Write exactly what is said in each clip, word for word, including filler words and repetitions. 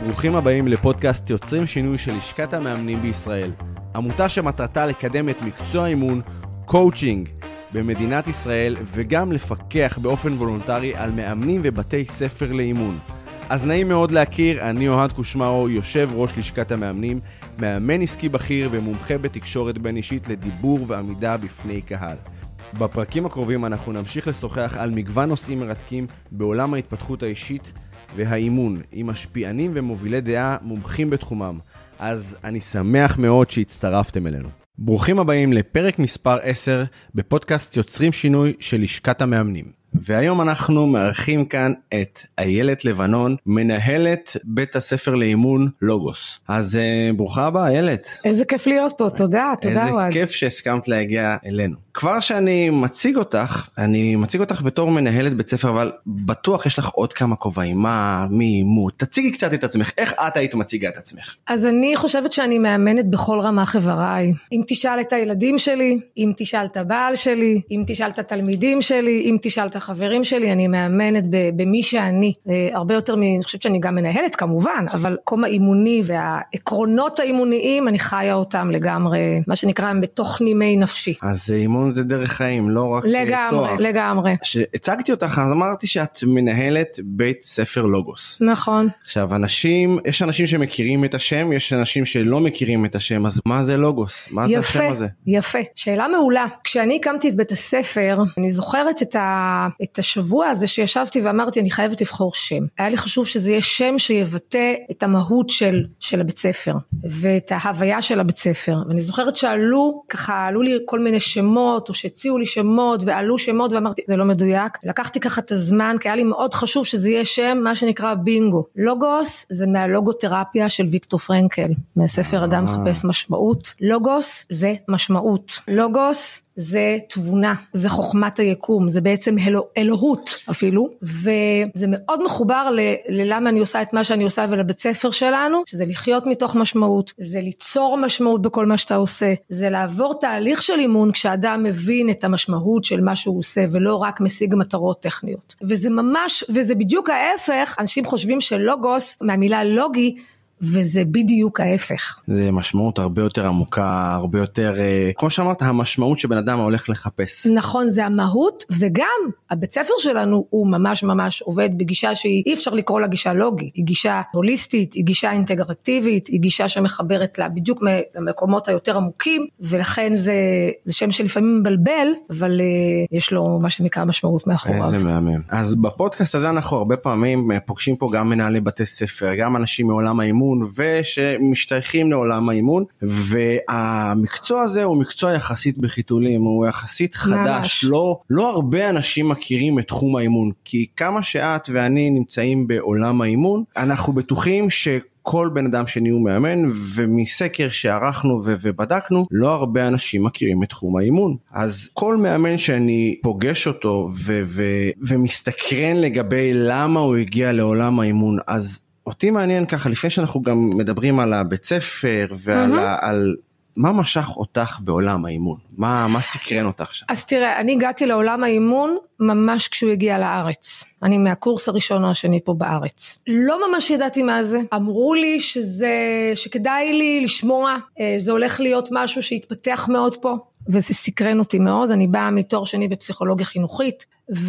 ברוכים הבאים לפודקאסט יוצרים שינוי של לשכת המאמנים בישראל. עמותה שמטרתה לקדם את מקצוע האימון, קואוצ'ינג, במדינת ישראל, וגם לפקח באופן וולונטרי על מאמנים ובתי ספר לאימון. אז נעים מאוד להכיר, אני אוהד קושמרו, יושב ראש לשכת המאמנים, מאמן עסקי בכיר ומומחה בתקשורת בין אישית לדיבור ועמידה בפני קהל. בפרקים הקרובים אנחנו נמשיך לשוחח על מגוון נושאים מרתקים בעולם ההתפתחות האישית והאימון, עם משפיענים ומובילי דעה מומחים בתחומם. אז אני שמח מאוד שהצטרפתם אלינו. ברוכים הבאים לפרק מספר עשר בפודקאסט יוצרים שינוי של לשכת המאמנים. והיום אנחנו מארחים כאן את איילת לבנון, מנהלת בית הספר לאימון לוגוס. אז ברוכה הבאה, איילת. איזה כיף להיות פה, תודה, תודה. איזה כיף שהסכמת להגיע אלינו. כבר שאני מציג אותך, אני מציג אותך בתור מנהלת בית ספר, אבל בטוח יש לך עוד כמה כובעים, מה, מי, מו, תציגי קצת את עצמך, איך את היית מציגה את עצמך? אז אני חושבת שאני מאמנת בכל רמה חבריי. אם תשאל את הילדים שלי, אם תשאל את הבעל שלי, אם תשאל את התלמידים שלי, אם תשאל את החברים שלי, אני מאמנת במי שאני, הרבה יותר מ... אני חושבת שאני גם מנהלת כמובן, אבל קום האימוני והעקרונות האימוניים, אני חיה אותם לגמרי, מה שנקרא, הם בתוך נימי נפשי. אז אימון זה דרך חיים, לא רק לגמרי, תואר. לגמרי. כשהצגתי אותך, אז אמרתי שאת מנהלת בית ספר לוגוס. נכון. עכשיו, אנשים, יש אנשים שמכירים את השם, יש אנשים שלא מכירים את השם, אז מה זה לוגוס? מה זה השם הזה? יפה, שאלה מעולה. כשאני הקמתי את בית הספר, אני זוכרת את ה... את השבוע הזה שישבתי ואמרתי, אני חייבת לבחור שם. היה לי חשוב שזה יהיה שם שיבטא את המהות של, של הבית ספר, ואת ההוויה של הבית ספר. ואני זוכרת שעלו, ככה, עלו לי כל מיני שמות, או שהציעו לי שמות, ועלו שמות, ואמרתי, זה לא מדויק. לקחתי ככה את הזמן, כי היה לי מאוד חשוב שזה יהיה שם, מה שנקרא בינגו. לוגוס, זה מהלוגותרפיה של ויקטור פרנקל, מהספר אדם מחפש משמעות. לוגוס, זה משמעות. לוגוס, זה תבונה, זה חוכמת היקום, זה בעצם אלוה, אלוהות אפילו, וזה מאוד מחובר ל, ללמה אני עושה את מה שאני עושה ולבית ספר שלנו, שזה לחיות מתוך משמעות, זה ליצור משמעות בכל מה שאתה עושה, זה לעבור תהליך של אימון כשאדם מבין את המשמעות של מה שהוא עושה, ולא רק משיג מטרות טכניות. וזה ממש, וזה בדיוק ההפך, אנשים חושבים שלוגוס, מהמילה לוגי, וזה בדיוק ההפך. זה משמעות הרבה יותר עמוקה, הרבה יותר, כמו שאמרת, המשמעות שבן אדם הולך לחפש. נכון, זה המהות, וגם הבית ספר שלנו הוא ממש ממש עובד בגישה שהיא, אי אפשר לקרוא לה גישה לוגית, היא גישה הוליסטית, היא גישה אינטגרטיבית, היא גישה שמחברת לה בדיוק למקומות היותר עמוקים, ולכן זה, זה שם שלפעמים מבלבל, אבל יש לו מה שנקרא משמעות מאחוריו. איזה מהמם. אז בפודקאסט הזה אנחנו הרבה פעמים פוגשים פה גם מנהלי בתי ספר, גם אנשים מעולם האימון, ושמשתייכים לעולם האימון, והמקצוע הזה הוא מקצוע יחסית בחיתולים, הוא יחסית חדש, לא, לא הרבה אנשים מכירים את תחום האימון, כי כמה שאת ואני נמצאים בעולם האימון, אנחנו בטוחים ש... כל בן אדם שני הוא מאמן, ומסקר שערכנו ו- ובדקנו, לא הרבה אנשים מכירים את תחום האימון. אז כל מאמן שאני פוגש אותו ו- ו- ומסתקרן לגבי למה הוא הגיע לעולם האימון, אז אותי מעניין ככה, לפני שאנחנו גם מדברים על הבית ספר ועל ה- על מה משך אותך בעולם האימון? מה, מה סקרן אותך שם? אז תראה, אני הגעתי לעולם האימון ממש כשהוא הגיע לארץ. אני מהקורס הראשון או השני פה בארץ. לא ממש ידעתי מה זה. אמרו לי שזה, שכדאי לי לשמוע, זה הולך להיות משהו שהתפתח מאוד פה. וזה סקרן אותי מאוד, אני באה מתואר שני בפסיכולוגיה חינוכית,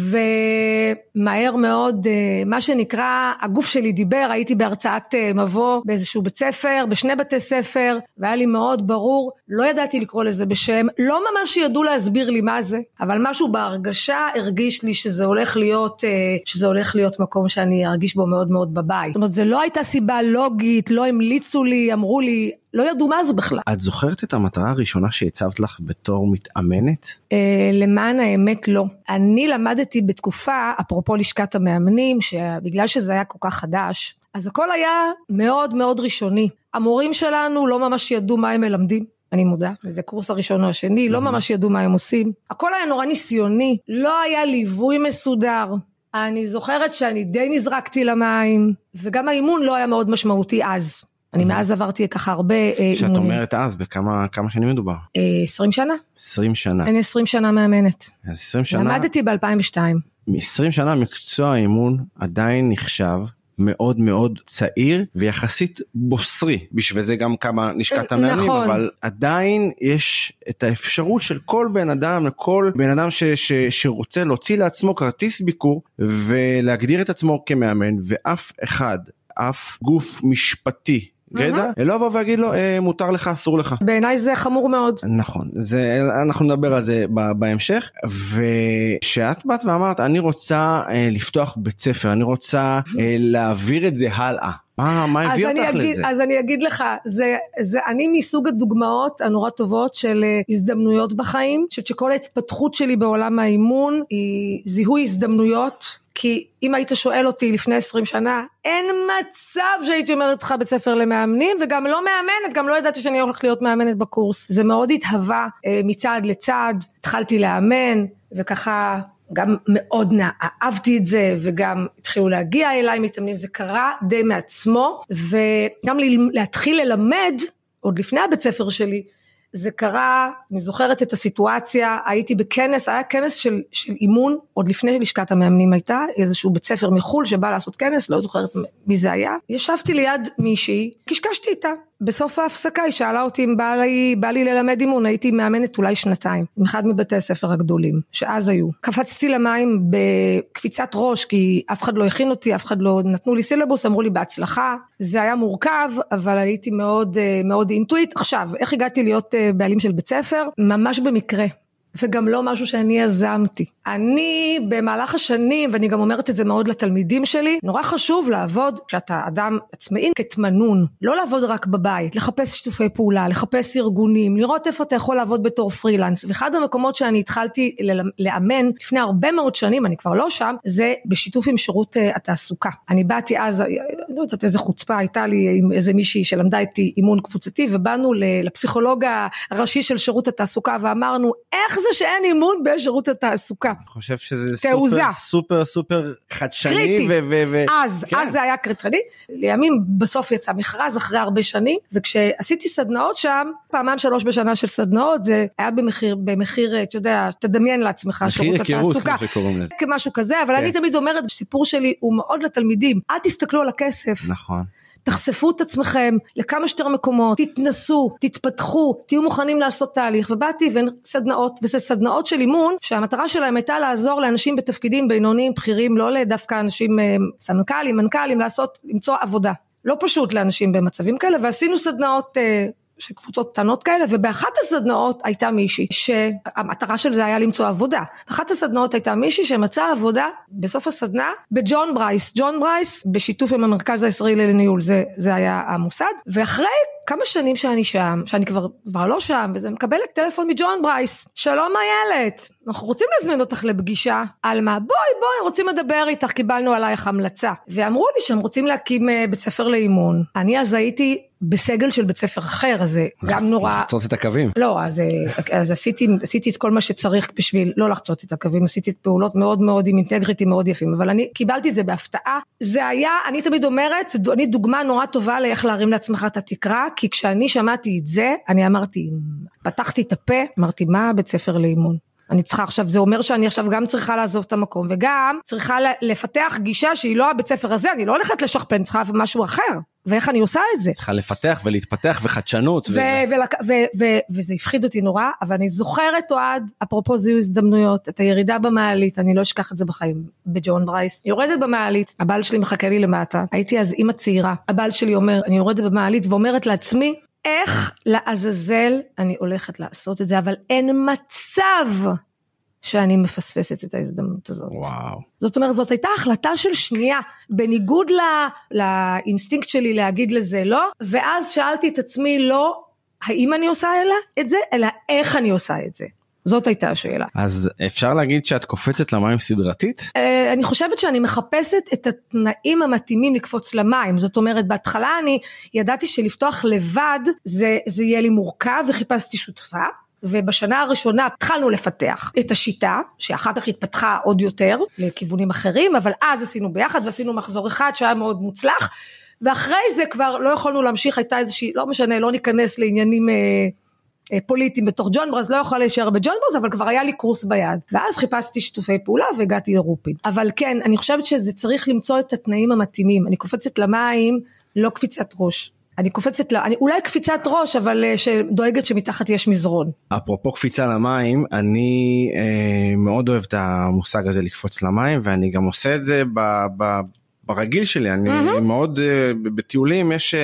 ומהר מאוד, מה שנקרא, הגוף שלי דיבר, הייתי בהרצאת מבוא באיזשהו בית ספר, בשני בתי ספר, והיה לי מאוד ברור, לא ידעתי לקרוא לזה בשם, לא ממש ידעו להסביר לי מה זה, אבל משהו בהרגשה הרגיש לי שזה הולך להיות, שזה הולך להיות מקום שאני ארגיש בו מאוד מאוד בבית. זאת אומרת, זה לא הייתה סיבה לוגית, לא המליצו לי, אמרו לי, לא ידעו מה זה בכלל. את זוכרת את המטרה הראשונה שהצבת לך בתור מתאמנת? אה, למען האמת לא. אני למדתי בתקופה, אפרופו לשכת המאמנים, שבגלל שזה היה כל כך חדש, אז הכל היה מאוד מאוד ראשוני. המורים שלנו לא ממש ידעו מה הם מלמדים. אני מודה, וזה קורס הראשון או השני, לא ממש ידעו מה הם עושים. הכל היה נורא ניסיוני, לא היה ליווי מסודר. אני זוכרת שאני די נזרקתי למים, וגם האימון לא היה מאוד משמעותי אז. אני מאז עברתי ככה הרבה אימונים. שאת אומרת אז, בכמה כמה שנים מדובר? עשרים שנה. עשרים שנה. אני עשרים שנה מאמנת. אז עשרים שנה. למדתי ב-אלפיים ושתיים. מ-עשרים שנה מקצוע האימון עדיין נחשב מאוד מאוד צעיר, ויחסית בוסרי, בשביל זה גם כמה נשקת המאמנים, נכון. אבל עדיין יש את האפשרות של כל בן אדם, כל בן אדם ש, ש, שרוצה להוציא לעצמו כרטיס ביקור, ולהגדיר את עצמו כמאמן, ואף אחד, אף גוף משפטי, גדע, לא בוא ויגיד לו, מותר לך, אסור לך. בעיניי זה חמור מאוד. נכון, זה, אנחנו נדבר על זה בהמשך, ושאת באת ואמרת, אני רוצה לפתוח בית ספר, אני רוצה להעביר את זה הלאה. מה, מה הביא אותך אגיד, לזה? אז אני אגיד לך, זה, זה, אני מסוג הדוגמאות הנורא טובות של הזדמנויות בחיים, שכל ההתפתחות שלי בעולם האימון היא זיהוי הזדמנויות, כי אם היית שואל אותי לפני עשרים שנה, אין מצב שהייתי אומרת לך בית ספר למאמנים, וגם לא מאמנת, גם לא ידעתי שאני הולכת להיות מאמנת בקורס. זה מאוד התהווה מצעד לצעד, התחלתי לאמן, וככה גם מאוד אהבתי את זה, וגם התחילו להגיע אליי מתאמנים, זה קרה די מעצמו, וגם להתחיל ללמד, עוד לפני הבית ספר שלי, זה קרה, אני זוכרת את הסיטואציה, הייתי בכנס, היה כנס של, של אימון, עוד לפני לשכת המאמנים הייתה, איזשהו בית ספר מחול שבא לעשות כנס, לא זוכרת מי זה היה, ישבתי ליד מישהי, קשקשתי איתה, בסוף ההפסקה היא שאלה אותי אם בא לי, בא לי ללמד אימון, הייתי מאמנת אולי שנתיים, עם אחד מבתי הספר הגדולים, שאז היו. קפצתי למים בקפיצת ראש, כי אף אחד לא הכין אותי, אף אחד לא נתנו לי סילבוס, אמרו לי בהצלחה, זה היה מורכב, אבל הייתי מאוד, מאוד אינטואיט. עכשיו, איך הגעתי להיות בעלים של בית ספר? ממש במקרה. וגם לא משהו שאני יזמתי. אני במהלך השנים, ואני גם אומרת את זה מאוד לתלמידים שלי, נורא חשוב לעבוד, כשאתה אדם עצמאי כתמנון, לא לעבוד רק בבית, לחפש שיתופי פעולה, לחפש ארגונים, לראות איפה אתה יכול לעבוד בתור פרילנס, ואחד המקומות שאני התחלתי לאמן, לפני הרבה מאוד שנים, אני כבר לא שם, זה בשיתוף עם שירות התעסוקה. אני באתי אז, לא יודעת איזה חוצפה הייתה לי, עם איזה מישהי שלמדה איתי אימון קבוצתי, ובאנו לפסיכולוג הראשי של שירות התעסוקה, ואמרנו, איך זה שאין אימון בשירות התעסוקה? אני חושב שזה סופר, סופר, סופר חדשני. אז, אז זה היה קריטרני. לימים בסוף יצא מכרז אחרי הרבה שנים, וכשעשיתי סדנאות שם, פעמיים שלוש בשנה של סדנאות, זה היה במחיר, במחיר, אתה יודע, תדמיין לעצמך שירות התעסוקה. כמשהו כזה, אבל אני תמיד אומרת, הסיפור שלי הוא מאוד לתלמידים, אל תסתכלו על הכסף. נכון. תחשפו את עצמכם לכמה שיותר מקומות, תתנסו, תתפתחו, תהיו מוכנים לעשות תהליך, ובאתי וסדנאות, וזה סדנאות של אימון, שהמטרה שלהם הייתה לעזור לאנשים בתפקידים בינוניים, בכירים, לא לדווקא אנשים סמנכ"לים, מנכ"לים, לעשות, למצוא עבודה. לא פשוט לאנשים במצבים כאלה, ועשינו סדנאות של קבוצות קטנות כאלה, ובאחת הסדנאות הייתה מישהי, שהמטרה של זה היה למצוא עבודה. באחת הסדנאות הייתה מישהי שמצאה עבודה, בסוף הסדנה, בג'ון ברייס. ג'ון ברייס, בשיתוף עם המרכז הישראלי לניהול, זה, זה היה המוסד, ואחרי כמה שנים שאני שם, שאני כבר, כבר לא שם, וזה מקבלת טלפון מג'ון ברייס, שלום איילת, אנחנו רוצים להזמין אותך לפגישה, על מה? בואי בואי, רוצים לדבר איתך, קיבלנו עלייך המלצה, ואמרו לי שהם רוצים להקים בית ספר לאימון, אני אז הייתי בסגל של בית ספר אחר, אז זה גם נורא... לחצות את הקווים. לא, אז, אז עשיתי, עשיתי את כל מה שצריך בשביל לא לחצות את הקווים, עשיתי את פעולות מאוד מאוד עם אינטגריטי מאוד יפים, אבל אני קיבלתי את זה בהפתעה, זה היה, אני תמיד אומרת, אני דוגמה נורא טובה לאיך להרים לעצמך את התקרה, כי כשאני שמעתי את זה, אני אמרתי, פתחתי את הפה, אמרתי, מה בית ספר לאימון? אני צריכה עכשיו, זה אומר שאני עכשיו גם צריכה לעזוב את המקום, וגם צריכה לפתח גישה שהיא לא הבית ספר הזה, אני לא הולכת לשכפן, צריכה משהו אחר, ואיך אני עושה את זה? צריכה לפתח ולהתפתח וחדשנות. וזה הפחיד אותי נורא, אבל אני זוכרת אוהד, אפרופו זיהוי הזדמנויות, את הירידה במעלית, אני לא אשכח את זה בחיים, בג'ון ברייס, יורדת במעלית, הבעל שלי מחכה לי למטה, הייתי אז אמא צעירה, הבעל שלי אומר, אני יורדת במעלית ואומרת לעצמי, איך לעזאזל אני הולכת לעשות את זה, אבל אין מצב שאני מפספסת את ההזדמנות הזאת. וואו. זאת אומרת, זאת הייתה החלטה של שנייה, בניגוד לא, לאינסטינקט שלי להגיד לזה לא, ואז שאלתי את עצמי לא, האם אני עושה אלא את זה, אלא איך אני עושה את זה. זאת הייתה השאלה. אז אפשר להגיד שאת קופצת למים סדרתית? אני חושבת שאני מחפשת את התנאים המתאימים לקפוץ למים, זאת אומרת, בהתחלה אני ידעתי שלפתוח לבד, זה, זה יהיה לי מורכב, וחיפשתי שותפה, ובשנה הראשונה התחלנו לפתח את השיטה, שאחר כך התפתחה עוד יותר, לכיוונים אחרים, אבל אז עשינו ביחד, ועשינו מחזור אחד שהיה מאוד מוצלח, ואחרי זה כבר לא יכולנו להמשיך, הייתה איזושהי, לא משנה, לא ניכנס לעניינים פוליטיים בתוך ג'ון ברו, אז לא יכולה להישאר בג'ון ברו, אבל כבר היה לי קורס ביד, ואז חיפשתי שיתופי פעולה והגעתי לרופין. אבל כן, אני חושבת שזה צריך למצוא את התנאים המתאימים, אני קופצת למים, לא קפיצת ראש. אני קופצת לה, אני, אולי קפיצת ראש, אבל שדואגת שמתחת יש מזרון. אפרופו קפיצה למים, אני אה, מאוד אוהב את המושג הזה לקפוץ למים, ואני גם עושה את זה ב... ב ברגיל שלי, אני mm-hmm. מאוד, בטיולים יש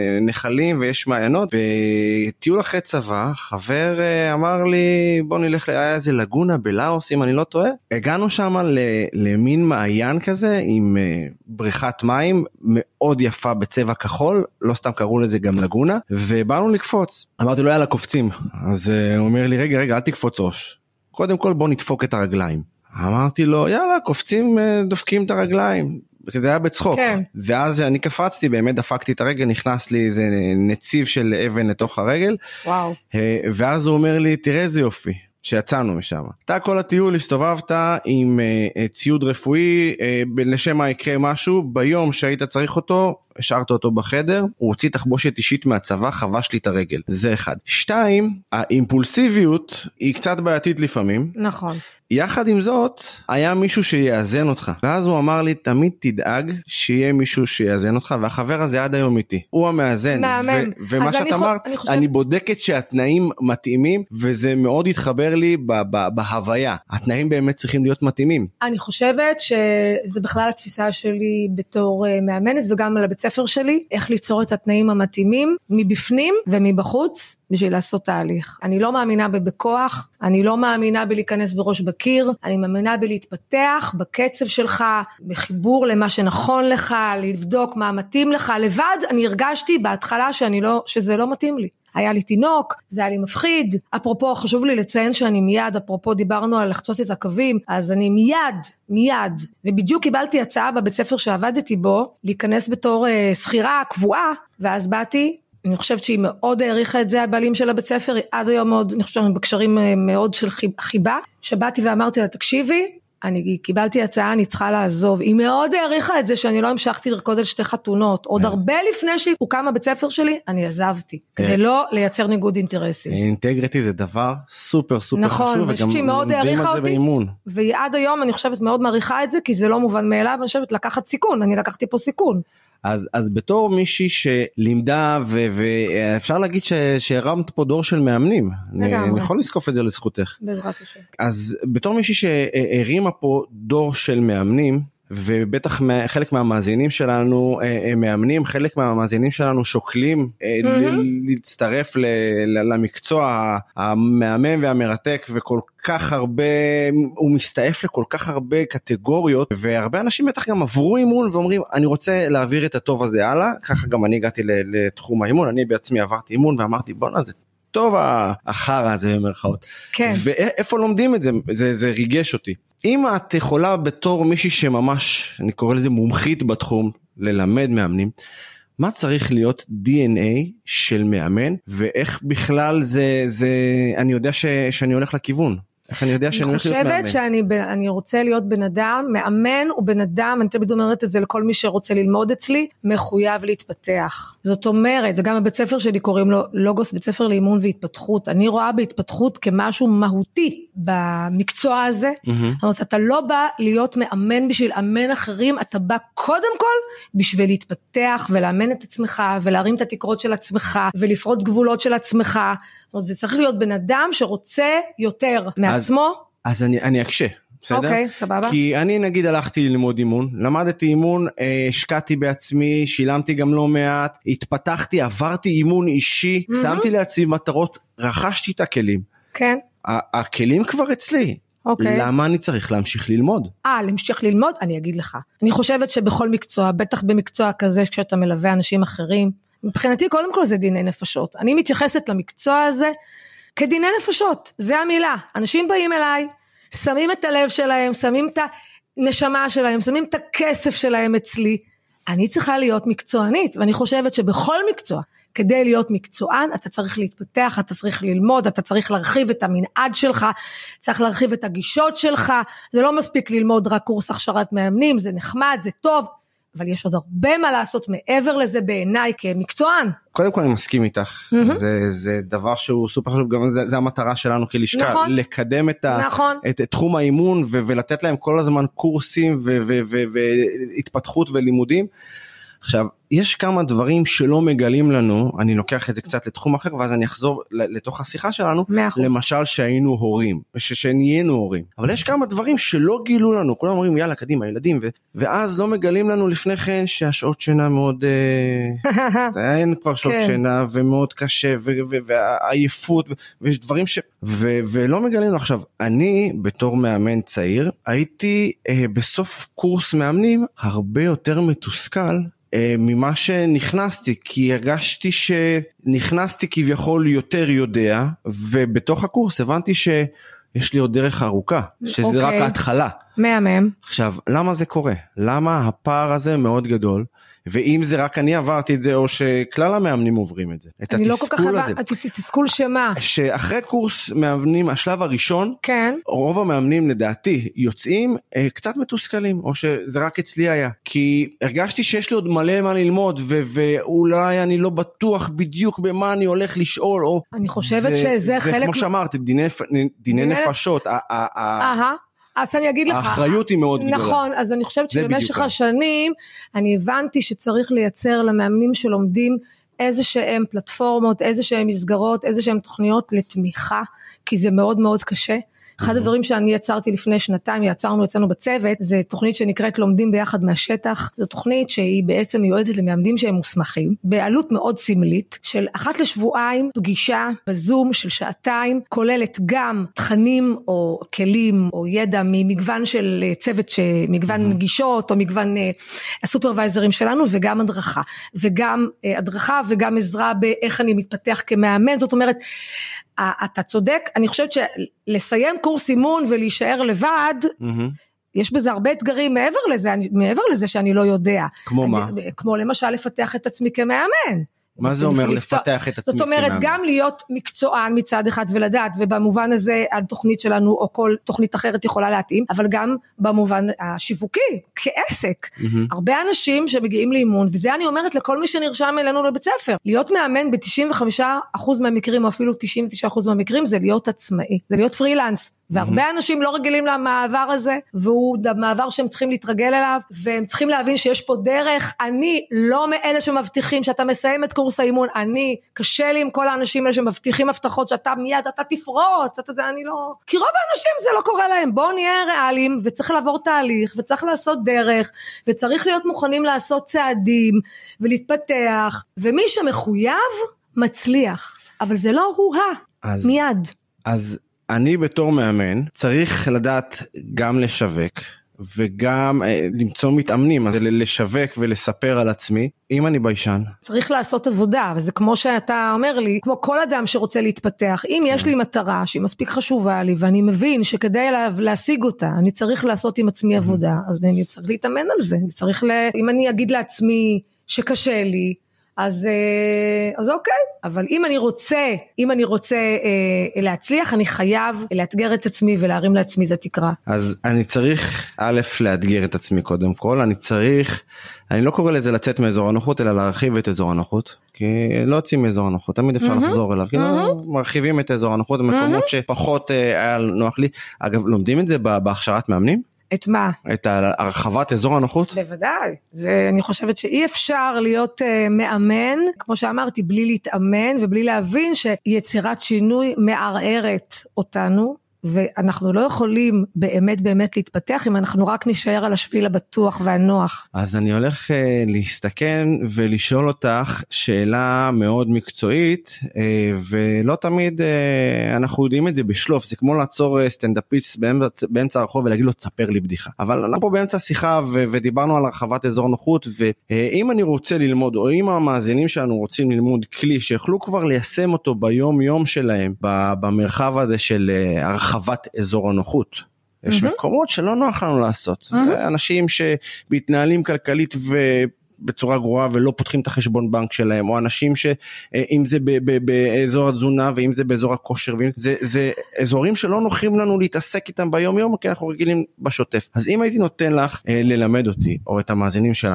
נחלים ויש מעיינות, וטיול אחרי צבא, חבר אמר לי, בוא נלך, היה איזה לגונה בלאוס, אם אני לא טועה, הגענו שם למין מעיין כזה, עם בריכת מים, מאוד יפה בצבע כחול, לא סתם קראו לזה גם לגונה, ובאנו לקפוץ, אמרתי לו, יאללה, קופצים, אז הוא אומר לי, רגע, רגע, אל תקפוץ ראש, קודם כל בוא נדפוק את הרגליים, אמרתי לו, יאללה, קופצים, דופקים את הרגליים, זה היה בצחוק, כן. ואז אני קפצתי, באמת דפקתי את הרגל, נכנס לי איזה נציב של אבן לתוך הרגל, וואו. ואז הוא אומר לי, תראה איזה יופי, שיצאנו משם. אתה כל הטיול הסתובבת עם uh, ציוד רפואי, uh, לשם מה יקרה משהו, ביום שהיית צריך אותו, השארת אותו בחדר, הוא הוציא תחבושת אישית מהצבא, חבש לי את הרגל. זה אחד. שתיים, האימפולסיביות היא קצת בעייתית לפעמים. נכון. יחד עם זאת, היה מישהו שיאזן אותך. ואז הוא אמר לי, תמיד תדאג שיהיה מישהו שיאזן אותך, והחבר הזה עד היום איתי. הוא המאזן. מהמם. ו- ומה שאת אמרת, אני, חושב... אני בודקת שהתנאים מתאימים, וזה מאוד התחבר לי ב- ב- בהוויה. התנאים באמת צריכים להיות מתאימים. אני חושבת שזה בכלל התפיסה שלי בתור uh, מאמנת, וגם על הבית ספר שלי, איך ליצור את התנאים המתאימים, מבפנים ומבחוץ, בשביל לעשות תהליך. אני לא מאמינה בכוח, אני לא מאמינה בלהיכנס בראש בקיר, אני מאמינה בלהתפתח, בקצב שלך, בחיבור למה שנכון לך, לבדוק מה מתאים לך, לבד אני הרגשתי בהתחלה שאני לא, שזה לא מתאים לי. היה לי תינוק, זה היה לי מפחיד, אפרופו חשוב לי לציין שאני מיד, אפרופו דיברנו על לחצות את הקווים, אז אני מיד, מיד, ובדיוק קיבלתי הצעה בבית ספר שעבדתי בו, להיכנס בתור אה, שכירה קבועה, ואז באתי, אני חושבת שהיא מאוד העריכה את זה, הבעלים של הבית ספר, עד היום מאוד, אני חושבת, בקשרים מאוד של חיבה, שבאתי ואמרתי לה, תקשיבי, אני קיבלתי הצעה, אני צריכה לעזוב, היא מאוד העריכה את זה, שאני לא המשכתי לרקוד על שתי חתונות, עוד הרבה לפני שהוקם הבית ספר שלי, אני עזבתי, כדי לא לייצר ניגוד אינטרסים. אינטגריטי זה דבר סופר סופר חשוב, נכון, ושהיא מאוד העריכה אותי, והיא עד היום, אני חושבת, מאוד מעריכה את זה, כי זה לא מובן מאליו, אני חושבת, לקחת סיכון, אני לקחתי פה סיכון. אז, אז בתור מישהי שלימדה, ו, ואפשר להגיד ש, שהרמת פה דור של מאמנים, אני, אני יכול לזקוף את זה לזכותך. בעזרת השם. אז בתור מישהי שהרימה פה דור של מאמנים, ובטח חלק מהמאזינים שלנו מאמנים, חלק מהמאזינים שלנו שוקלים להצטרף למקצוע המאמן והמרתק, וכל כך הרבה, הוא מסתעף לכל כך הרבה קטגוריות, והרבה אנשים בטח גם עברו אימון ואומרים, אני רוצה להעביר את הטוב הזה הלאה, ככה גם אני הגעתי לתחום האימון, אני בעצמי עברתי אימון ואמרתי, בוא נע, זה טוב החרא הזה במרכאות. כן. ואיפה לומדים את זה? זה, זה ריגש אותי. אם את יכולה בתור מישהי שממש, אני קורא לזה מומחית בתחום, ללמד מאמנים, מה צריך להיות די אן איי של מאמן, ואיך בכלל זה, זה אני יודע ש, שאני הולך לכיוון. איך אני יודע שאני הולך להיות מאמן? אני חושבת שאני אני רוצה להיות בן אדם, מאמן הוא בן אדם, אני תמיד אומרת את זה לכל מי שרוצה ללמוד אצלי, מחויב להתפתח. זאת אומרת, וגם הבית ספר שלי קוראים לו לוגוס, בית ספר לאימון והתפתחות, אני רואה בהתפתחות כמשהו מהותי במקצוע הזה, זאת אומרת, אתה לא בא להיות מאמן בשביל לאמן אחרים, אתה בא קודם כל בשביל להתפתח ולאמן את עצמך, ולהרים את התקרות של עצמך, ולפרוץ גבולות של עצמך, זאת אומרת, זה צריך להיות בן אדם שרוצה יותר מעצמו. אז, אז אני, אני אקשה, בסדר? אוקיי, סבבה. כי אני נגיד הלכתי ללמוד אימון, למדתי אימון, השקעתי בעצמי, שילמתי גם לא מעט, התפתחתי, עברתי אימון אישי, mm-hmm. שמתי לעצמי מטרות, רכשתי את הכלים. כן. הכלים כבר אצלי. אוקיי. למה אני צריך להמשיך ללמוד? אה, להמשיך ללמוד? אני אגיד לך. אני חושבת שבכל מקצוע, בטח במקצוע כזה, כשאתה מלווה אנשים אחרים, מבחינתי קודם כל זה דיני נפשות. אני מתייחסת למקצוע הזה כדיני נפשות, זה המילה. אנשים באים אליי, שמים את הלב שלהם, שמים את הנשמה שלהם, שמים את הכסף שלהם אצלי. אני צריכה להיות מקצוענית, ואני חושבת שבכל מקצוע, כדי להיות מקצוען, אתה צריך להתפתח, אתה צריך ללמוד, אתה צריך להרחיב את המנעד שלך, צריך להרחיב את הגישות שלך, זה לא מספיק ללמוד רק קורס הכשרת מאמנים, זה נחמד, זה טוב, אבל יש עוד הרבה מה לעשות מעבר לזה בעיניי כמקצוען. קודם כל אני מסכים איתך, mm-hmm. זה, זה דבר שהוא סופר חשוב, גם זה, זה המטרה שלנו כלשכה, נכון. לקדם את, ה, נכון. את, את תחום האימון, ו, ולתת להם כל הזמן קורסים, והתפתחות ולימודים. עכשיו, יש כמה דברים שלא מגלים לנו, אני לוקח את זה קצת לתחום אחר, ואז אני אחזור לתוך השיחה שלנו, למשל שהיינו הורים, שנהיינו הורים, אבל יש כמה דברים שלא גילו לנו, כולם אומרים יאללה קדימה ילדים, ו- ואז לא מגלים לנו לפני כן שהשעות שינה מאוד, אין כבר שעות שינה, ומאוד קשה, ועייפות, ודברים ש... ו- ולא מגלים לנו. עכשיו, אני בתור מאמן צעיר, הייתי בסוף קורס מאמנים, הרבה יותר מתוסכל, ממה שנכנסתי, כי הרגשתי שנכנסתי כביכול יותר יודע, ובתוך הקורס הבנתי שיש לי עוד דרך ארוכה, שזה רק ההתחלה. מהמם. עכשיו, למה זה קורה? למה הפער הזה מאוד גדול? ואם זה רק אני עברתי את זה, או שכלל המאמנים עוברים את זה. את אני לא כל כך עבר, תסכול שמה. שאחרי קורס מאמנים, השלב הראשון, כן. רוב המאמנים לדעתי יוצאים אה, קצת מתוסכלים, או שזה רק אצלי היה. כי הרגשתי שיש לי עוד מלא מה ללמוד, ו- ואולי אני לא בטוח בדיוק במה אני הולך לשאול, או... אני חושבת זה, שזה זה חלק... זה כמו שאמרתי, דיני, דיני, דיני נפשות. אהה. אז אני אגיד לך, האחריות היא מאוד גדולה. נכון, אז אני חושבת שבמשך השנים, אני הבנתי שצריך לייצר למאמנים שלומדים איזה שהם פלטפורמות, איזה שהם מסגרות, איזה שהם תוכניות לתמיכה, כי זה מאוד מאוד קשה. אחד הדברים שאני יצרתי לפני שנתיים, יצרנו אצלנו בצוות, זה תוכנית שנקראת לומדים ביחד מהשטח, זו תוכנית שהיא בעצם מיועדת למאמנים שהם מוסמכים, בעלות מאוד סמלית, של אחת לשבועיים, פגישה בזום של שעתיים, כוללת גם תכנים או כלים או ידע ממגוון של צוות, מגוון גישות או מגוון הסופרוויזרים שלנו, וגם הדרכה, וגם הדרכה וגם עזרה באיך אני מתפתח כמאמן, זאת אומרת, אתה צודק, אני חושבת שלסיים קורס אימון ולהישאר לבד, יש בזה הרבה אתגרים מעבר לזה, מעבר לזה שאני לא יודע. כמו מה? כמו למשל לפתח את עצמי כמאמן. מה זה אומר לפתח את עצמי? זאת אומרת, גם להיות מקצוען מצד אחד ולדעת, ובמובן הזה התוכנית שלנו או כל תוכנית אחרת יכולה להתאים, אבל גם במובן השיווקי, כעסק. הרבה אנשים שמגיעים לאימון, וזה אני אומרת לכל מי שנרשם אלינו לבית ספר, להיות מאמן ב-תשעים וחמישה אחוז מהמקרים, או אפילו תשעים ותשעה אחוז מהמקרים, זה להיות עצמאי, זה להיות פרילנס. והרבה אנשים לא רגילים למעבר הזה, והוא מעבר שהם צריכים להתרגל אליו, והם צריכים להבין שיש פה דרך. אני לא מאלה שמבטיחים שאתה מסיים את קורס האימון, אני, קשה לי עם כל האנשים האלה שמבטיחים הבטחות שאתה מיד, אתה תפרוץ, אתה זה, אני לא... כי רוב האנשים זה לא קורה להם, בואו נהיה ריאליים, וצריך לעבור תהליך, וצריך לעשות דרך, וצריך להיות מוכנים לעשות צעדים, ולהתפתח, ומי שמחויב, מצליח. אבל זה לא הוא-ה, מיד. אז... אני בתור מאמן צריך לדעת גם לשווק וגם אה, למצוא מתאמנים, אז לשווק ולספר על עצמי, אם אני ביישן. צריך לעשות עבודה, וזה כמו שאתה אומר לי, כמו כל אדם שרוצה להתפתח, אם יש לי מטרה שהיא מספיק חשובה לי, ואני מבין שכדי להשיג אותה, אני צריך לעשות עם עצמי עבודה, אז אני צריך להתאמן על זה, אני צריך, לה... אם אני אגיד לעצמי שקשה לי, אז, אז אוקיי, אבל אם אני רוצה, אם אני רוצה אה, להצליח, אני חייב לאתגר את עצמי ולהרים לעצמי זה תקרה. אז אני צריך א' לאתגר את עצמי קודם כל, אני צריך, אני לא קורא לזה לצאת מאזור הנוחות, אלא להרחיב את אזור הנוחות, כי לא יוצאים מאזור הנוחות, תמיד אפשר mm-hmm. לחזור אליו, כי mm-hmm. לא מרחיבים את אזור הנוחות, במקומות mm-hmm. שפחות אה, היה נוח לי. אגב, לומדים את זה בהכשרת מאמנים? את מה? את הרחבת אזור הנוחות? בוודאי. זה, אני חושבת שאי אפשר להיות uh, מאמן, כמו שאמרתי, בלי להתאמן ובלי להבין שיצירת שינוי מערערת אותנו, ואנחנו לא יכולים באמת באמת להתפתח אם אנחנו רק נשאר על השביל הבטוח והנוח. אז אני הולך uh, להסתכן ולשאול אותך שאלה מאוד מקצועית, uh, ולא תמיד uh, אנחנו יודעים את זה בשלוף, זה כמו לעצור uh, סטנדאפיסט באמצע, באמצע הרחוב ולהגיד לו תספר לי בדיחה, אבל אנחנו פה באמצע שיחה ו- ודיברנו על הרחבת אזור נוחות, ואם אני רוצה ללמוד, או אם המאזינים שלנו רוצים ללמוד כלי שיוכלו כבר ליישם אותו ביום יום שלהם, במרחב הזה של uh, הרחבת אזור הנוחות. יש mm-hmm. מקומות שלא נוח לנו לעשות. Mm-hmm. אנשים שמתנהלים כלכלית ובצורה גרועה ולא פותחים את החשבון בנק שלהם, או אנשים שאם זה ב- ב- באזור התזונה ואם זה באזור הכושר, זה, זה אזורים שלא נוחים לנו להתעסק איתם ביום יום, כי אנחנו רגילים בשוטף. אז אם הייתי נותן לך ללמד אותי, או את המאזינים שלנו,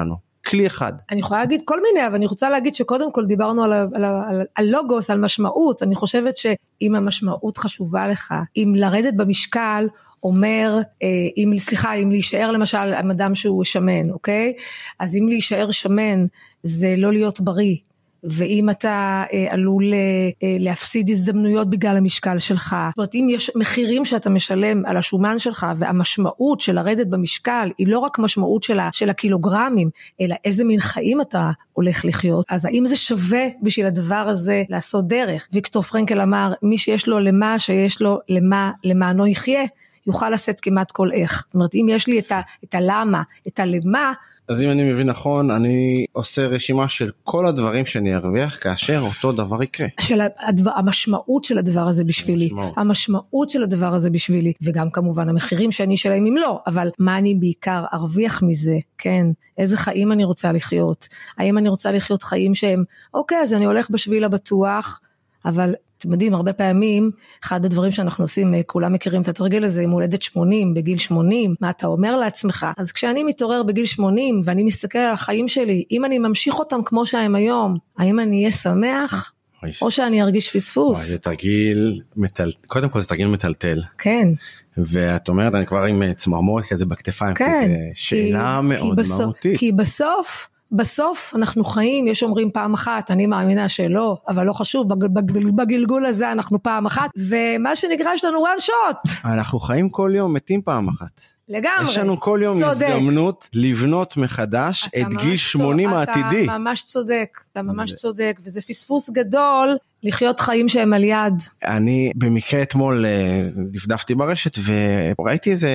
כלי אחד. אני יכולה להגיד כל מיני, אבל אני רוצה להגיד שקודם כל דיברנו על, על, על, על לוגוס, על משמעות. אני חושבת שאם המשמעות חשובה לך, אם לרדת במשקל אומר, אם, סליחה, אם להישאר למשל עם אדם שהוא שמן, אוקיי? אז אם להישאר שמן זה לא להיות בריא, ואם אתה אה, עלול אה, להפסיד הזדמנויות בגלל המשקל שלך, זאת אומרת, אם יש מחירים שאתה משלם על השומן שלך, והמשמעות של לרדת במשקל, היא לא רק משמעות של, ה, של הקילוגרמים, אלא איזה מין חיים אתה הולך לחיות, אז האם זה שווה בשביל הדבר הזה לעשות דרך? ויקטור פרנקל אמר, מי שיש לו למה, שיש לו למה, למענו יחיה, יוכל לשאת כמעט כל איך. זאת אומרת, אם יש לי את, ה, את הלמה, את הלמה, אז אם אני מבין נכון, אני עושה רשימה של כל הדברים שאני ארוויח, כאשר אותו דבר יקרה. של הדבר, המשמעות של הדבר הזה בשבילי, המשמעות. המשמעות של הדבר הזה בשבילי, וגם כמובן המחירים שאני שלהם אם לא, אבל מה אני בעיקר ארוויח מזה, כן, איזה חיים אני רוצה לחיות, האם אני רוצה לחיות חיים שהם, אוקיי, אז אני הולך בשביל הבטוח, אבל אתם יודעים, הרבה פעמים, אחד הדברים שאנחנו עושים, כולם מכירים את התרגל הזה, עם הולדת שמונים, בגיל שמונים, מה אתה אומר לעצמך? אז כשאני מתעורר בגיל שמונים, ואני מסתכל על החיים שלי, אם אני ממשיך אותם כמו שהם היום, האם אני אהיה שמח? או שאני ארגיש פספוס? זה תרגיל, מטל... קודם כל זה תרגיל מטלטל. כן. ואת אומרת, אני כבר עם צמרמורת כזה בכתפיים, כן. כי זה שאלה כי, מאוד כי בסוף, מהותית. כי בסוף, בסוף אנחנו חיים, יש אומרים פעם אחת, אני מאמינה שלא, אבל לא חשוב, בגלגול הזה אנחנו פעם אחת, ומה שנקרא יש לנו one shot. אנחנו חיים כל יום, מתים פעם אחת. לגמרי. יש לנו כל יום צודק. הזדמנות לבנות מחדש את גיל שמונים העתידי. אתה ממש צודק, אתה ממש זה... צודק, וזה פספוס גדול לחיות חיים שהם על יד. אני במקרה אתמול דפדפתי ברשת וראיתי איזה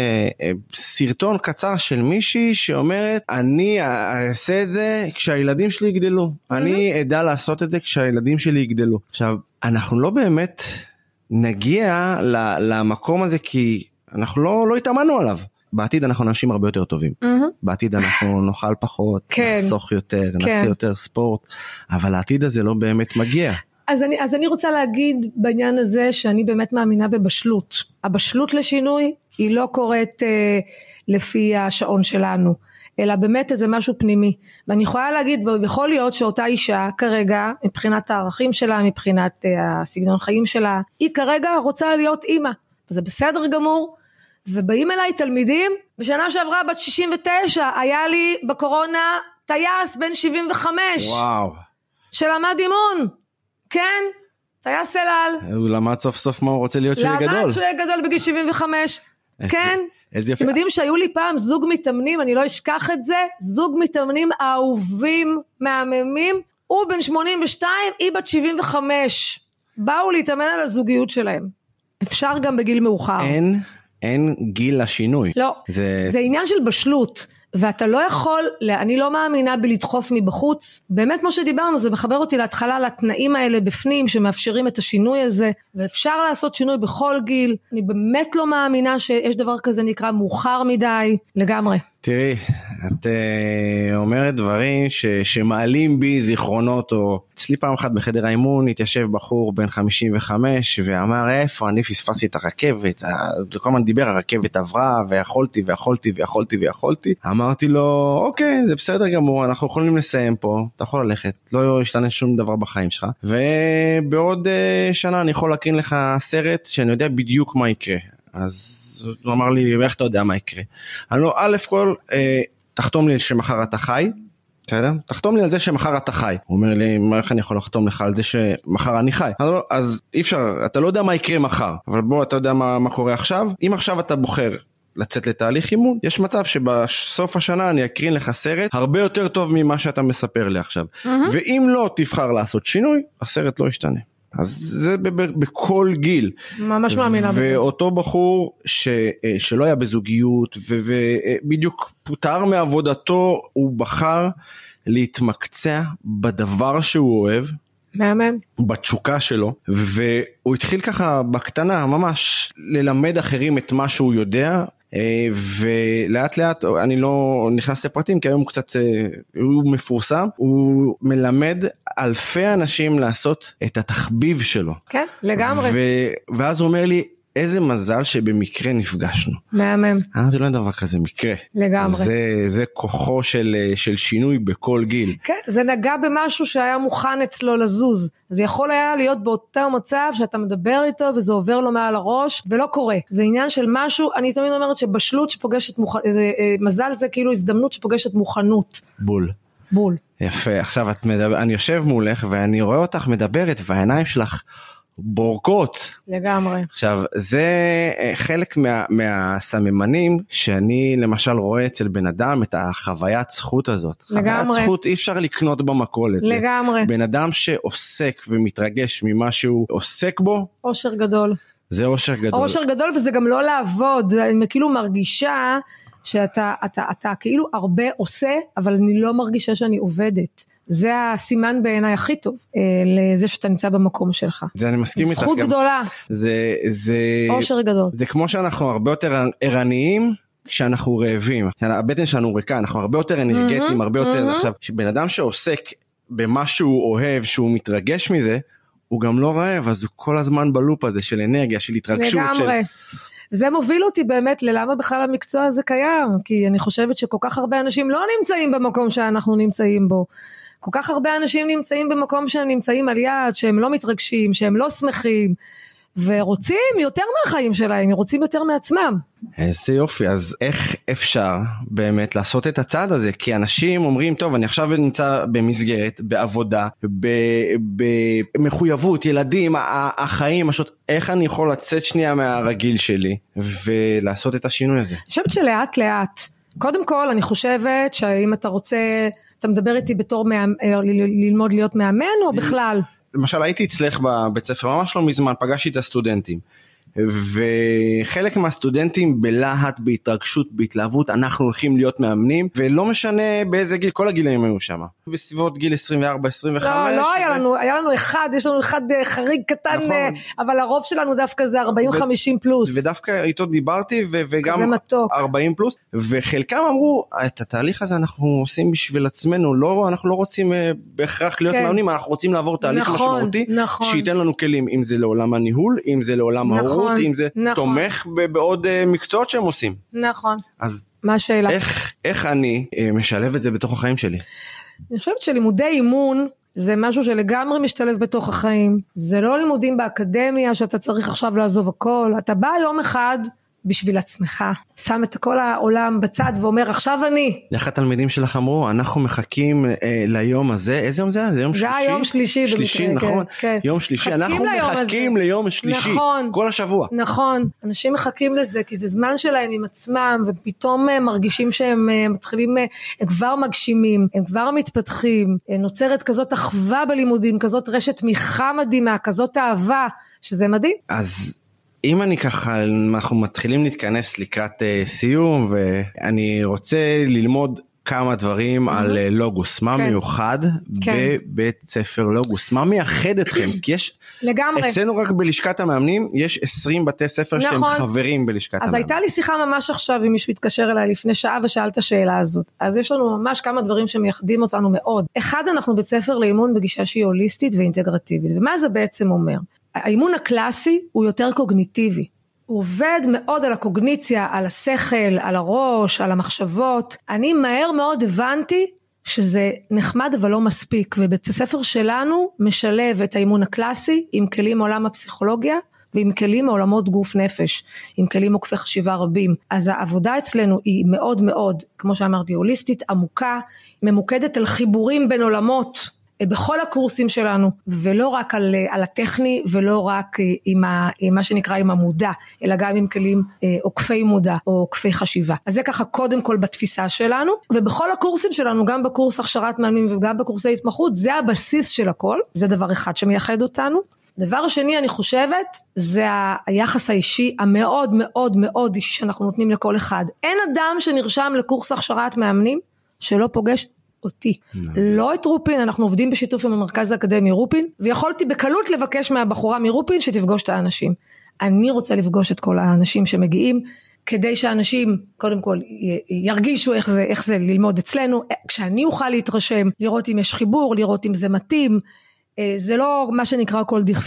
סרטון קצר של מישהי שאומרת, אני אעשה את זה כשהילדים שלי יגדלו. Mm-hmm. אני אדע לעשות את זה כשהילדים שלי יגדלו. עכשיו, אנחנו לא באמת נגיע למקום הזה כי אנחנו לא, לא התאמנו עליו. בעתיד אנחנו אנשים הרבה יותר טובים. Mm-hmm. בעתיד אנחנו נאכל פחות, כן. נחסוך יותר, כן. נעשה יותר ספורט, אבל העתיד הזה לא באמת מגיע. אז אני, אז אני רוצה להגיד בעניין הזה שאני באמת מאמינה בבשלות. הבשלות לשינוי היא לא קורית אה, לפי השעון שלנו, אלא באמת איזה משהו פנימי. ואני יכולה להגיד, ויכול להיות שאותה אישה כרגע, מבחינת הערכים שלה, מבחינת אה, הסגנון חיים שלה, היא כרגע רוצה להיות אימא. וזה בסדר גמור. ובאים אליי תלמידים, בשנה שעברה בת שישים ותשע, היה לי בקורונה טייס בן שבעים וחמש. וואו. שלמד אימון. כן, טייס אל על. הוא למד סוף סוף מה הוא רוצה להיות שהוא יהיה גדול. למד שהוא יהיה גדול בגיל שבעים וחמש. כן. איזה יפה. אתם יודעים שהיו לי פעם זוג מתאמנים, אני לא אשכח את זה, זוג מתאמנים אהובים, מהממים, הוא בן שמונים ושתיים, היא בת שבעים וחמש. באו להתאמן על הזוגיות שלהם. אפשר גם בגיל מאוחר. אין, אין גיל לשינוי. לא, זה, זה עניין של בשלות. ואתה לא יכול, אני לא מאמינה בלדחוף מבחוץ, באמת כמו שדיברנו, זה מחבר אותי להתחלה לתנאים האלה בפנים, שמאפשרים את השינוי הזה, ואפשר לעשות שינוי בכל גיל, אני באמת לא מאמינה שיש דבר כזה נקרא מאוחר מדי, לגמרי. תראי, את uh, אומרת דברים ש, שמעלים בי זיכרונות, או אצלי פעם אחת בחדר האימון, התיישב בחור בן חמישים וחמש, ואמר איפה, אני פספסתי את הרכבת, כל הזמן דיבר, הרכבת עברה, ויכולתי, ויכולתי, ויכולתי, ויכולתי, אמרתי לו, אוקיי, זה בסדר גמור, אנחנו יכולים לסיים פה, אתה יכול ללכת, לא ישתנה שום דבר בחיים שלך, ובעוד uh, שנה אני יכול להקרין לך סרט, שאני יודע בדיוק מה יקרה, אז הוא אמר לי, איך אתה יודע מה יקרה? אני לא, א' כל, אה, תחתום לי שמחר אתה חי, בסדר? תחתום לי על זה שמחר אתה חי. הוא אומר לי, איך אני יכול לחתום לך על זה שמחר אני חי? אז, לא, אז אי אפשר, אתה לא יודע מה יקרה מחר, אבל בוא, אתה יודע מה, מה קורה עכשיו? אם עכשיו אתה בוחר לצאת לתהליך אימון, יש מצב שבסוף השנה אני אקרין לך סרט הרבה יותר טוב ממה שאתה מספר לי עכשיו. Mm-hmm. ואם לא תבחר לעשות שינוי, הסרט לא ישתנה. אז זה בכל גיל. ממש מאמינה בזה. ואותו בחור ש, שלא היה בזוגיות, ובדיוק פוטר מעבודתו, הוא בחר להתמקצע בדבר שהוא אוהב. מאמן. בתשוקה שלו, והוא התחיל ככה בקטנה, ממש ללמד אחרים את מה שהוא יודע, ולאט לאט, אני לא נכנס לפרטים, כי היום הוא קצת, הוא מפורסם, הוא מלמד אלפי אנשים לעשות את התחביב שלו. כן, לגמרי. ו- ואז הוא אומר לי, איזה מזל שבמקרה נפגשנו. מהמם. אמרתי לא דבר כזה מקרה. לגמרי. זה, זה כוחו של, של שינוי בכל גיל. כן, זה נגע במשהו שהיה מוכן אצלו לזוז. זה יכול היה להיות באותו מצב שאתה מדבר איתו וזה עובר לו מעל הראש ולא קורה. זה עניין של משהו, אני תמיד אומרת שבשלות שפוגשת מוכנות, מזל זה כאילו הזדמנות שפוגשת מוכנות. בול. בול. יפה, עכשיו את מדבר, אני יושב מולך ואני רואה אותך מדברת והעיניים שלך בורקות. לגמרי. עכשיו, זה חלק מה, מהסממנים שאני למשל רואה אצל בן אדם את החוויית זכות הזאת. לגמרי. חוויית זכות אי אפשר לקנות במכולת. לגמרי. בן אדם שעוסק ומתרגש ממה שהוא עוסק בו. אושר גדול. זה אושר גדול. אושר גדול וזה גם לא לעבוד, אני כאילו מרגישה שאתה אתה, אתה כאילו הרבה עושה, אבל אני לא מרגישה שאני עובדת. זה הסימן בעיניי הכי טוב, לזה שאתה נמצא במקום שלך. זה אני מסכים איתך. זכות גדולה. זה, זה, אושר גדול. זה כמו שאנחנו הרבה יותר ערניים, כשאנחנו רעבים. הבטן שלנו ריקה, אנחנו הרבה יותר אנרגטיים, הרבה יותר, עכשיו, בן אדם שעוסק במה שהוא אוהב, שהוא מתרגש מזה, הוא גם לא רעב, אז הוא כל הזמן בלופ הזה של אנרגיה, של התרגשות. לגמרי. של... זה מוביל אותי באמת ללמה בכלל המקצוע הזה קיים, כי אני חושבת שכל כך הרבה אנשים לא נמצאים במקום שאנחנו נמצאים בו. כל כך הרבה אנשים נמצאים במקום שהם נמצאים על יד, שהם לא מתרגשים, שהם לא שמחים, ורוצים יותר מהחיים שלהם, רוצים יותר מעצמם. איזה יופי, אז איך אפשר באמת לעשות את הצעד הזה? כי אנשים אומרים, טוב, אני עכשיו נמצא במסגרת, בעבודה, במחויבות, ילדים, החיים, השוט, איך אני יכול לצאת שנייה מהרגיל שלי, ולעשות את השינוי הזה? אני חושבת שלאט לאט, קודם כל אני חושבת שאם אתה רוצה, אתה מדבר איתי בתור ללמוד להיות מאמן או בכלל? למשל הייתי אצלך בבית ספר, ממש לא מזמן, פגשתי את הסטודנטים, וחלק מהסטודנטים בלהט, בהתרגשות, בהתלהבות, אנחנו הולכים להיות מאמנים, ולא משנה באיזה גיל, כל הגילאים היו שם, בסביבות גיל עשרים וארבע עשרים וחמש. לא, לא היה לנו, היה לנו אחד, יש לנו אחד חריג קטן, אבל הרוב שלנו דווקא זה ארבעים חמישים פלוס. ודווקא איתו דיברתי, וגם ארבעים פלוס, וחלקם אמרו, את התהליך הזה אנחנו עושים בשביל עצמנו, לא, אנחנו לא רוצים בהכרח להיות מאמנים, אנחנו רוצים לעבור תהליך משמעותי, שייתן לנו כלים, אם זה לעולם הניהול, אם זה לעולם ההורות, אם זה תומך בעוד מקצועות שהם עושים. נכון. אז מה השאלה? איך, איך אני משלב את זה בתוך החיים שלי? אני חושבת שלימודי אימון זה משהו שלגמרי משתלב בתוך החיים. זה לא לימודים באקדמיה שאתה צריך עכשיו לעזוב הכל. אתה בא יום אחד בשביל עצמך, שם את כל העולם בצד ואומר עכשיו אני. איך התלמידים שלך אמרו, אנחנו מחכים אה, ליום הזה, איזה יום זה? זה יום זה שלישי? זה היום שלישי. שלישי, במקרה, נכון. כן, יום שלישי, אנחנו מחכים הזה. ליום שלישי. נכון. כל השבוע. נכון, אנשים מחכים לזה, כי זה זמן שלהם עם עצמם, ופתאום מרגישים שהם מתחילים, הם כבר מגשימים, הם כבר מתפתחים, נוצרת כזאת אחווה בלימודים, כזאת רשת תמיכה מדהימה, כזאת אהבה, שזה מדהים. אז... אם אני ככה, אנחנו מתחילים להתכנס לקראת uh, סיום, ואני רוצה ללמוד כמה דברים mm-hmm. על uh, לוגוס, מה כן. מיוחד כן. בבית ספר לוגוס, מה מייחד אתכם, כי יש, לגמרי. אצלנו רק בלשכת המאמנים, יש עשרים בתי ספר נכון. שהם חברים בלשכת אז המאמנים. אז הייתה לי שיחה ממש עכשיו, אם מישהו התקשר אליי לפני שעה ושאל את השאלה הזאת, אז יש לנו ממש כמה דברים שמייחדים אותנו מאוד. אחד, אנחנו בית ספר לאימון בגישה שהיא הוליסטית ואינטגרטיבית, ומה זה בעצם אומר? האימון הקלאסי הוא יותר קוגניטיבי, הוא עובד מאוד על הקוגניציה, על השכל, על הראש, על המחשבות. אני מהר מאוד הבנתי שזה נחמד אבל לא מספיק, ובית הספר שלנו משלב את האימון הקלאסי עם כלים מעולם הפסיכולוגיה, ועם כלים מעולמות גוף נפש, עם כלים עוקפי חשיבה רבים. אז העבודה אצלנו היא מאוד מאוד, כמו שאמרתי, הוליסטית, עמוקה, ממוקדת על חיבורים בין עולמות, בכל הקורסים שלנו, ולא רק על, על הטכני, ולא רק עם, ה, עם מה שנקרא עם המודע, אלא גם עם כלים עוקפי מודע, או עוקפי חשיבה. אז זה ככה קודם כל בתפיסה שלנו, ובכל הקורסים שלנו, גם בקורס הכשרת מאמנים, וגם בקורסי התמחות, זה הבסיס של הכל, זה דבר אחד שמייחד אותנו. דבר שני, אני חושבת, זה היחס האישי, המאוד מאוד מאוד אישי, שאנחנו נותנים לכל אחד. אין אדם שנרשם לקורס הכשרת מאמנים, שלא פוגש אותי, לא את רופין, אנחנו עובדים בשיתוף עם המרכז האקדמי רופין, ויכולתי בקלות לבקש מהבחורה מרופין שתפגוש את האנשים. אני רוצה לפגוש את כל האנשים שמגיעים, כדי שאנשים קודם כל ירגישו איך זה, איך זה ללמוד אצלנו, כשאני אוכל להתרשם, לראות אם יש חיבור, לראות אם זה מתאים, זה לא מה שנקרא כל דכפין.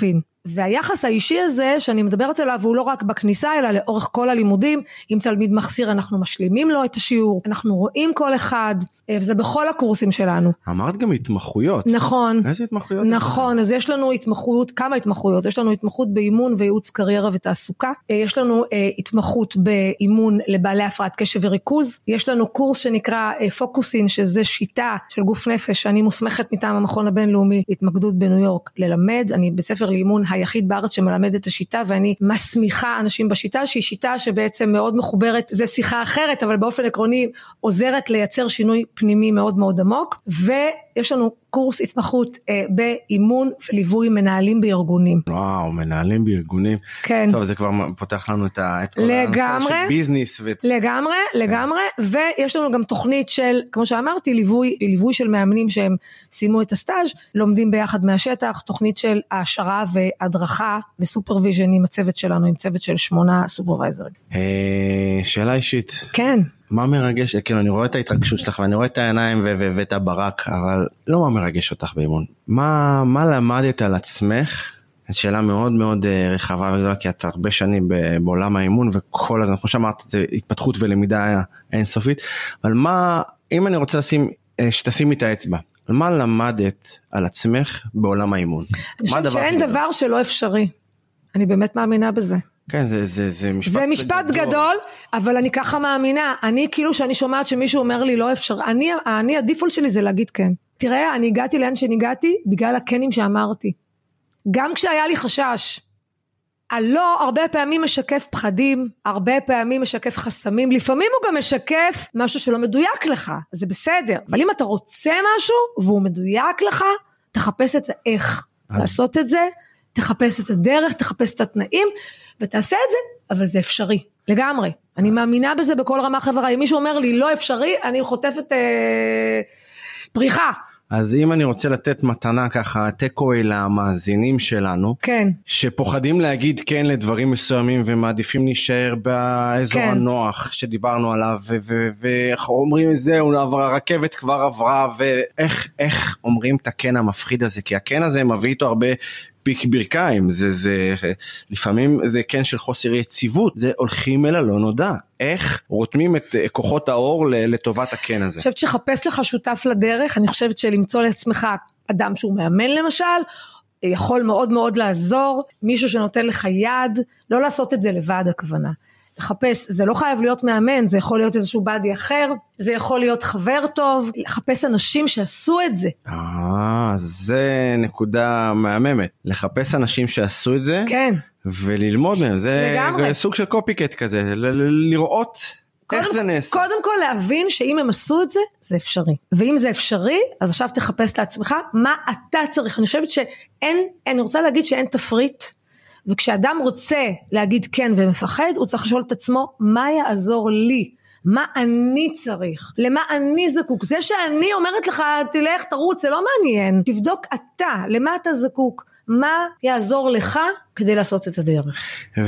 והיחס האישי הזה שאני מדברת עליו הוא לא רק בכניסה אלא לאורך כל הלימודים, אם תלמיד מחסיר אנחנו משלימים לו את השיעור, אנחנו רואים כל אחד, וזה בכל הקורסים שלנו. אמרת גם התמחויות. נכון. איזה התמחויות? נכון, אז יש לנו התמחות, כמה התמחויות, יש לנו התמחות באימון וייעוץ קריירה ותעסוקה, יש לנו התמחות באימון לבעלי הפרעת קשב וריכוז, יש לנו קורס שנקרא פוקוסין, שזה שיטה של גוף נפש, שאני מוסמכת מטעם המכון הבינלאומי להתמקדות בניו יורק ללמד, אני בית ספר לאימון היחיד בארץ שמלמד את השיטה, ואני מסמיכה אנשים בשיטה, שהיא שיטה שבעצם מאוד מחוברת, זה שיחה אחרת, אבל באופן עקרוני עוזרת לייצר שינוי פנימי מאוד מאוד עמוק, ויש לנו קורס התמחות אה, באימון וליווי מנהלים בארגונים. וואו, מנהלים בארגונים. כן. טוב, זה כבר פותח לנו את, את כל לגמרי, הנושא של ביזנס. ו... לגמרי, כן. לגמרי, ויש לנו גם תוכנית של, כמו שאמרתי, ליווי, ליווי של מאמנים שהם סיימו את הסטאז', לומדים ביחד מהשטח, תוכנית של העשרה והדרכה וסופרוויז'ן עם הצוות שלנו, עם צוות של שמונה סופרוויזרים. אה, שאלה אישית. כן. מה מרגש? כאילו, אני רואה את ההתרגשות שלך, ואני רואה את העיניים ואת הברק, אבל לא מה מרגש אותך באימון. מה, מה למדת על עצמך? זו שאלה מאוד מאוד רחבה וגדולה, כי את הרבה שנים בעולם האימון, וכל הזמן, כמו שאמרת, זה התפתחות ולמידה אינסופית, אבל מה, אם אני רוצה לשים, שתשימי את האצבע, על מה למדת על עצמך בעולם האימון? אני חושבת שאין דבר שלא אפשרי. אני באמת מאמינה בזה. כן, זה, זה, זה משפט, זה משפט גדול. גדול, אבל אני ככה מאמינה, אני כאילו שאני שומעת שמישהו אומר לי לא אפשר, אני, אני הדיפולט שלי זה להגיד כן. תראה, אני הגעתי לאן שניגעתי, בגלל הכנים שאמרתי. גם כשהיה לי חשש, הלא הרבה פעמים משקף פחדים, הרבה פעמים משקף חסמים, לפעמים הוא גם משקף משהו שלא מדויק לך, זה בסדר. אבל אם אתה רוצה משהו, והוא מדויק לך, תחפש את איך אז... לעשות את זה, תחפש את הדרך, תחפש את התנאים, ותעשה את זה, אבל זה אפשרי, לגמרי. אני מאמינה בזה בכל רמה חברה. אם מישהו אומר לי לא אפשרי, אני חוטפת אה, פריחה. אז אם אני רוצה לתת מתנה ככה, טקווי למאזינים שלנו, כן. שפוחדים להגיד כן לדברים מסוימים, ומעדיפים להישאר באזור כן. הנוח שדיברנו עליו, ואיך אומרים זהו, הרכבת כבר עברה, ואיך איך אומרים את הכן המפחיד הזה, כי הכן הזה מביא איתו הרבה פיק ברכיים, זה, זה, לפעמים זה כן של חוסר יציבות, זה הולכים אל הלא נודע. איך רותמים את כוחות האור לטובת הכן הזה? אני חושבת שחפש לך שותף לדרך, אני חושבת שלמצוא לעצמך אדם שהוא מאמן למשל, יכול מאוד מאוד לעזור, מישהו שנותן לך יד, לא לעשות את זה לבד הכוונה. לחפש, זה לא חייב להיות מאמן, זה יכול להיות איזשהו בדי אחר, זה יכול להיות חבר טוב, לחפש אנשים שעשו את זה. אה, זה נקודה מהממת. לחפש אנשים שעשו את זה, כן. וללמוד מהם, זה לגמרי. סוג של קופיקט כזה, ל- לראות איך זה נעשה. קודם כל להבין שאם הם עשו את זה, זה אפשרי. ואם זה אפשרי, אז עכשיו תחפש לעצמך, מה אתה צריך. אני חושבת שאין, אני רוצה להגיד שאין תפריט, וכשאדם רוצה להגיד כן ומפחד, הוא צריך לשאול את עצמו, מה יעזור לי? מה אני צריך? למה אני זקוק? זה שאני אומרת לך, תלך, תרוץ, זה לא מעניין. תבדוק אתה, למה אתה זקוק? מה יעזור לך כדי לעשות את הדרך?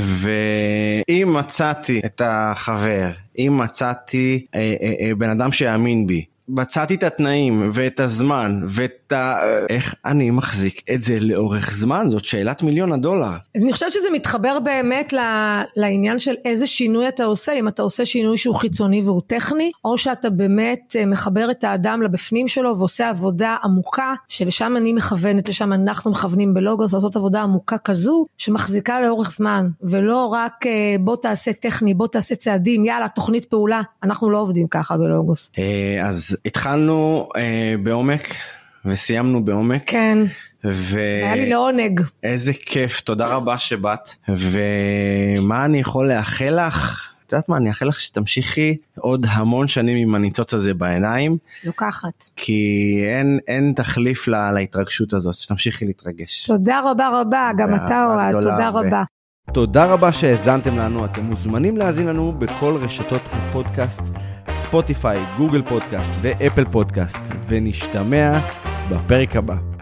ואם מצאתי את החבר, אם מצאתי אה, אה, אה, בן אדם שיאמין בי, מצאתי את התנאים ואת הזמן ואת ה... איך אני מחזיק את זה לאורך זמן? זאת שאלת מיליון הדולר. אז אני חושבת שזה מתחבר באמת לעניין של איזה שינוי אתה עושה, אם אתה עושה שינוי שהוא חיצוני והוא טכני, או שאתה באמת מחבר את האדם לבפנים שלו ועושה עבודה עמוקה, שלשם אני מכוונת, לשם אנחנו מכוונים בלוגוס, לעשות עבודה עמוקה כזו, שמחזיקה לאורך זמן, ולא רק בוא תעשה טכני, בוא תעשה צעדים, יאללה, תוכנית פעולה, אנחנו לא עובדים ככה בלוגוס. אז התחלנו אה, בעומק וסיימנו בעומק. כן. ו... היה לי לעונג. איזה כיף, תודה רבה שבאת. ומה אני יכול לאחל לך? את יודעת מה, אני אאחל לך שתמשיכי עוד המון שנים עם הניצוץ הזה בעיניים. לוקחת. כי אין, אין תחליף לה, להתרגשות הזאת, שתמשיכי להתרגש. תודה רבה רבה, גם אתה אוהד, תודה ו... רבה. תודה רבה שהאזנתם לנו, אתם מוזמנים להאזין לנו בכל רשתות הפודקאסט, ספוטיפיי, גוגל פודקאסט ואפל פודקאסט, ונשתמע בפרק הבא.